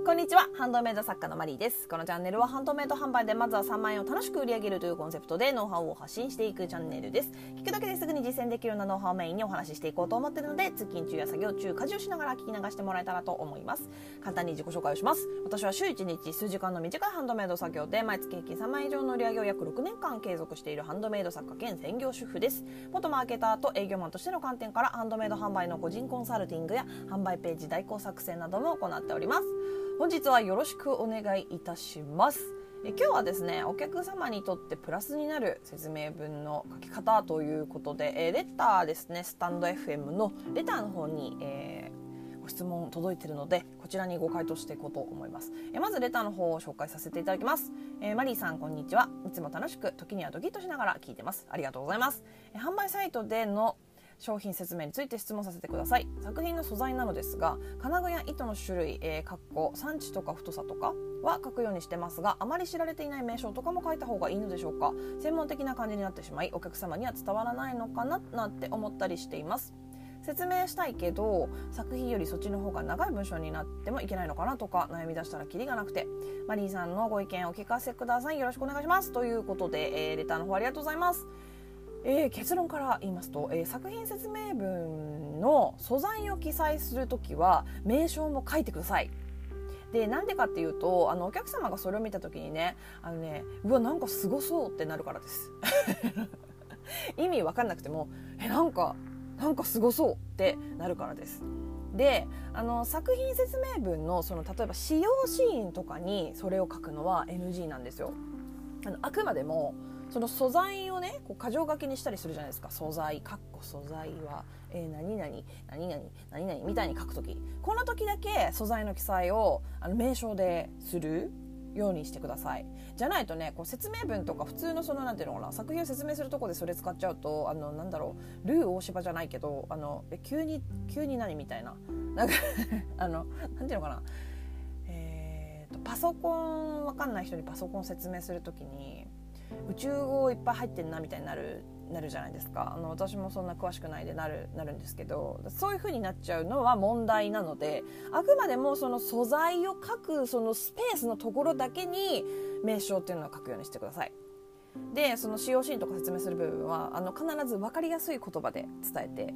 こんにちは、ハンドメイド作家のマリーです。このチャンネルはハンドメイド販売でまずは3万円を楽しく売り上げるというコンセプトでノウハウを発信していくチャンネルです。聞くだけですぐに実践できるようなノウハウをメインにお話ししていこうと思っているので、通勤中や作業中、家事をしながら聞き流してもらえたらと思います。簡単に自己紹介をします。私は週1日数時間の短いハンドメイド作業で毎月平均3万円以上の売り上げを約6年間継続しているハンドメイド作家兼専業主婦です。元マーケターと営業マンとしての観点からハンドメイド販売の個人コンサルティングや販売ページ代行作成なども行っております。本日はよろしくお願いいたします。今日はですね、お客様にとってプラスになる説明文の書き方ということで、レターですね、スタンド FM のレターの方に、ご質問届いているので、こちらにご回答していこうと思います。まずレターの方を紹介させていただきます。マリーさんこんにちは。いつも楽しく時にはドキッとしながら聞いてます。ありがとうございます。販売サイトでの商品説明について質問させてください。作品の素材なのですが、金具や糸の種類、産地とか太さとかは書くようにしてますが、あまり知られていない名称とかも書いた方がいいのでしょうか。専門的な感じになってしまい、お客様には伝わらないのかななんて思ったりしています。説明したいけど作品よりそっちの方が長い文章になってもいけないのかなとか悩み出したらキリがなくて、マリーさんのご意見をお聞かせください。よろしくお願いしますということで、レターの方ありがとうございます。結論から言いますと、作品説明文の素材を記載するときは名称も書いてください。で、なんでかっていうと、お客様がそれを見たときにね、うわなんかすごそうってなるからです意味わかんなくてもなんかすごそうってなるからです。で、作品説明文の例えば使用シーンとかにそれを書くのは NG なんですよ。あくまでもその素材をね、こう箇条書きにしたりするじゃないですか。素材素材は、何々何々何々みたいに書くとき、この時だけ素材の記載を名称でするようにしてください。じゃないとね、こう説明文とか普通のなんていうのかな、作品を説明するとこでそれ使っちゃうとなんだろう、ルー大柴じゃないけど急に何みたいななんかなんていうのかな、パソコンわかんない人にパソコン説明するときに宇宙語いっぱい入ってんなみたいになるじゃないですか。私もそんな詳しくないでなるんですけど、そういう風になっちゃうのは問題なので、あくまでもその素材を書くそのスペースのところだけに名称っていうのを書くようにしてください。で、その使用シーンとか説明する部分は必ず分かりやすい言葉で伝えて、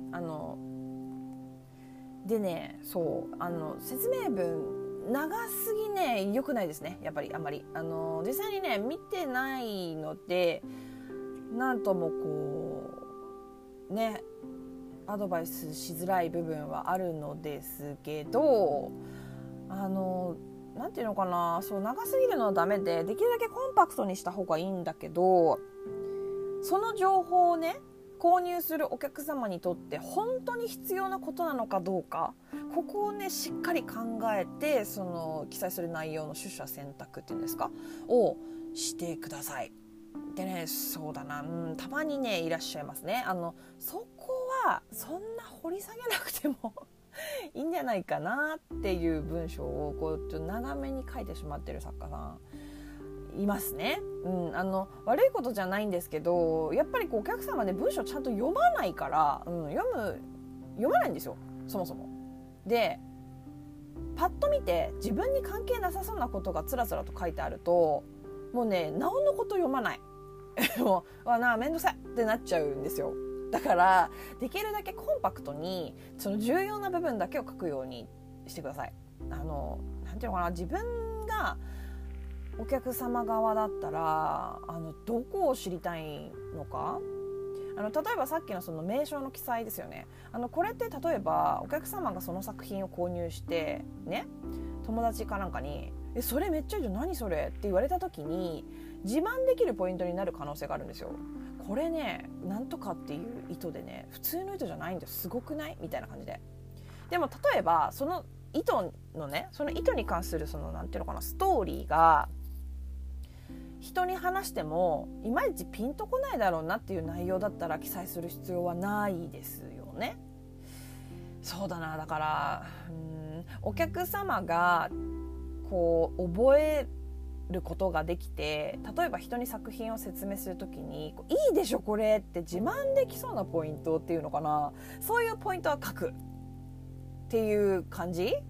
でね、そう説明文長すぎね、良くないですね。やっぱりあんまり実際にね見てないので、なんともこうねアドバイスしづらい部分はあるのですけど、なんていうのかな、そう長すぎるのはダメで、できるだけコンパクトにした方がいいんだけど、その情報をね購入するお客様にとって本当に必要なことなのかどうか、ここをねしっかり考えて、記載する内容の取捨選択っていうんですかをしてください。でね、そうだな、たまにねいらっしゃいますね。そこはそんな掘り下げなくてもいいんじゃないかなっていう文章をこうちょっと長めに書いてしまってる作家さんいますね。悪いことじゃないんですけど、やっぱりお客様ね文章ちゃんと読まないから、読まないんですよ、そもそも。で、パッと見て自分に関係なさそうなことがつらつらと書いてあると、もうねなおのこと読まないもうめんどくさいってなっちゃうんですよ。だからできるだけコンパクトにその重要な部分だけを書くようにしてください。なんていうのかな、自分がお客様側だったらどこを知りたいのか、例えばさっきのその名称の記載ですよね。これって例えばお客様がその作品を購入してね、友達かなんかにそれめっちゃいいじゃん、何それって言われた時に自慢できるポイントになる可能性があるんですよ。これねなんとかっていう糸でね、普通の糸じゃないんだよ、すごくないみたいな感じで。でも例えばその糸のね、その糸に関するなんていうのかな、ストーリーが人に話してもいまいちピンとこないだろうなっていう内容だったら記載する必要はないですよね。そうだな、だからお客様がこう覚えることができて、例えば人に作品を説明するときにいいでしょこれって自慢できそうなポイントっていうのかな、そういうポイントは書くっていう感じ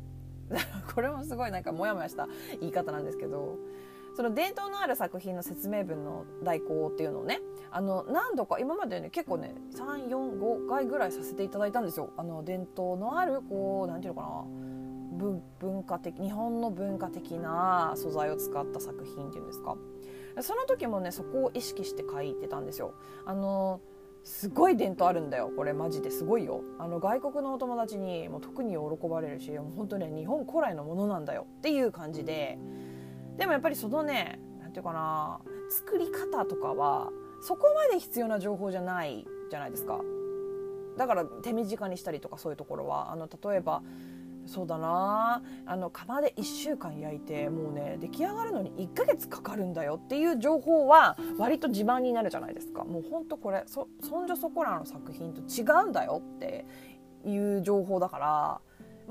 これもすごいなんかモヤモヤした言い方なんですけど、その伝統のある作品の説明文の代行っていうのをね、何度か今までね結構ね3、4、5回ぐらいさせていただいたんですよ。伝統のあるこうなんていうのかな、文化的、日本の文化的な素材を使った作品っていうんですか。その時もねそこを意識して書いてたんですよ。すごい伝統あるんだよこれ、マジですごいよ。外国のお友達にもう特に喜ばれるし、もう本当ね日本古来のものなんだよっていう感じで、でもやっぱりそのねなんていうかな、作り方とかはそこまで必要な情報じゃないじゃないですか。だから手短にしたりとか、そういうところは例えばそうだな、窯で1週間焼いてもうね出来上がるのに1ヶ月かかるんだよっていう情報は割と自慢になるじゃないですか。もうほんとこれそんじょそこらの作品と違うんだよっていう情報だから、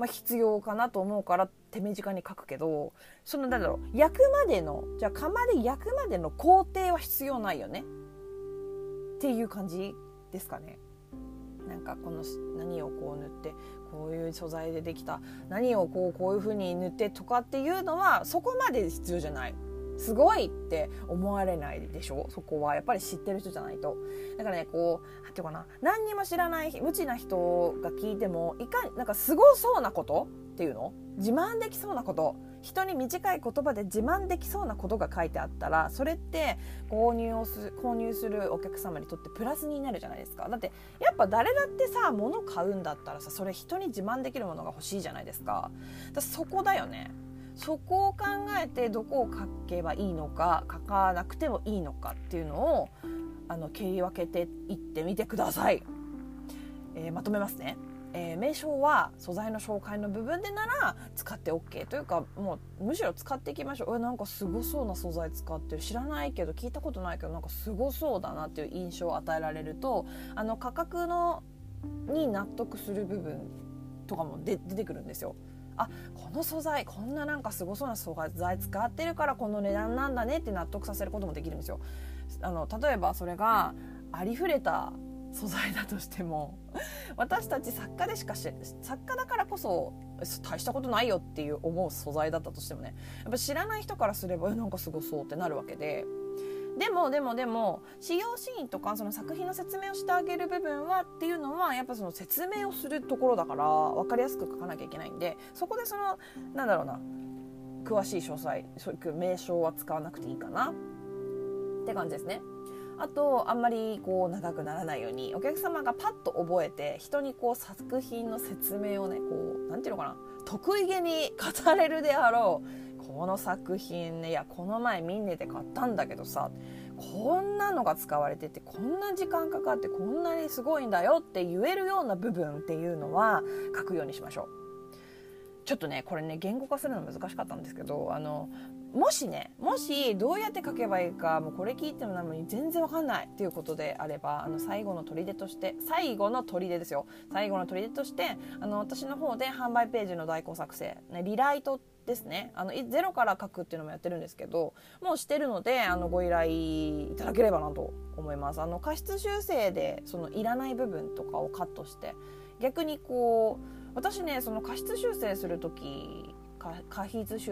必要かなと思うから手短に書くけど、そのなんだろう、焼くまでの、じゃあ窯で焼くまでの工程は必要ないよねっていう感じですかね。なんかこの何をこう塗ってこういう素材でできた何をこういう風に塗ってとかっていうのはそこまで必要じゃない。すごいって思われないでしょ。そこはやっぱり知ってる人じゃないと。だからねこうなんていうかな、何にも知らない無知な人が聞いてもなんかすごそうなことっていうの、自慢できそうなこと、人に短い言葉で自慢できそうなことが書いてあったら、それって購入するお客様にとってプラスになるじゃないですか。だってやっぱ誰だってさ、物買うんだったらさ、それ人に自慢できるものが欲しいじゃないですか。そこだよね。そこを考えてどこを書けばいいのか、書かなくてもいいのかっていうのを切り分けていってみてください。まとめますね。名称は素材の紹介の部分でなら使って OK というか、もうむしろ使っていきましょう。なんかすごそうな素材使ってる、知らないけど聞いたことないけどなんかすごそうだなっていう印象を与えられると、価格に納得する部分とかも出てくるんですよ。この素材こんななんかすごそうな素材使ってるからこの値段なんだねって納得させることもできるんですよ。例えばそれがありふれた素材だとしても私たち作家だからこそ大したことないよっていう思う素材だったとしてもね、やっぱ知らない人からすればなんかすごそうってなるわけで、でも使用シーンとかその作品の説明をしてあげる部分はっていうのはやっぱその説明をするところだから分かりやすく書かなきゃいけないんで、そこでそのなんだろうな、詳しい詳細そういう名称は使わなくていいかなって感じですね。あとあんまりこう長くならないようにお客様がパッと覚えて人にこう作品の説明をねこうなんていうのかな、得意げに語れるであろう、この作品ね、いやこの前ミンネで買ったんだけどさ、こんなのが使われててこんな時間かかってこんなにすごいんだよって言えるような部分っていうのは書くようにしましょう。ちょっとねこれね言語化するの難しかったんですけど、もしどうやって書けばいいかもうこれ聞いてもなのに全然わかんないっていうことであれば、最後の砦として最後の砦として私の方で販売ページの代行作成、リライトですね、ゼロから書くっていうのもやってるんですけど、もうしてるのでご依頼いただければなと思います。過失修正でそのいらない部分とかをカットして、逆にこう私ねその過失修正するときち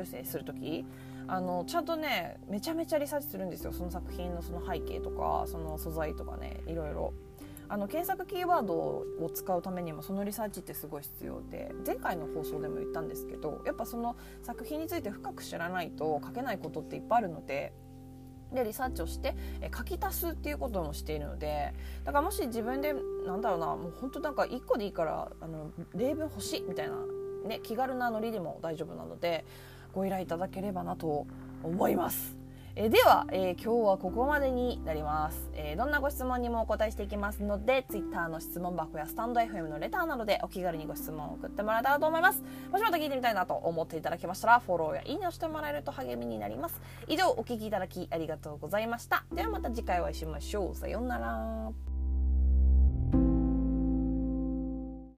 ゃんとねめちゃめちゃリサーチするんですよ。その作品のその背景とかその素材とかね、いろいろ検索キーワードを使うためにもそのリサーチってすごい必要で、前回の放送でも言ったんですけど、やっぱその作品について深く知らないと書けないことっていっぱいあるので、リサーチをして書き足すっていうこともしているので、だからもし自分でなんだろうな、もう本当なんか1個でいいから例文欲しいみたいなね、気軽なノリでも大丈夫なのでご依頼いただければなと思います。では、今日はここまでになります。どんなご質問にもお答えしていきますので Twitter の質問箱やスタンド FM のレターなどでお気軽にご質問を送ってもらえたらと思います。もしまた聞いてみたいなと思っていただけましたらフォローやいいねをしてもらえると励みになります。以上お聞きいただきありがとうございました。ではまた次回お会いしましょう。さようなら。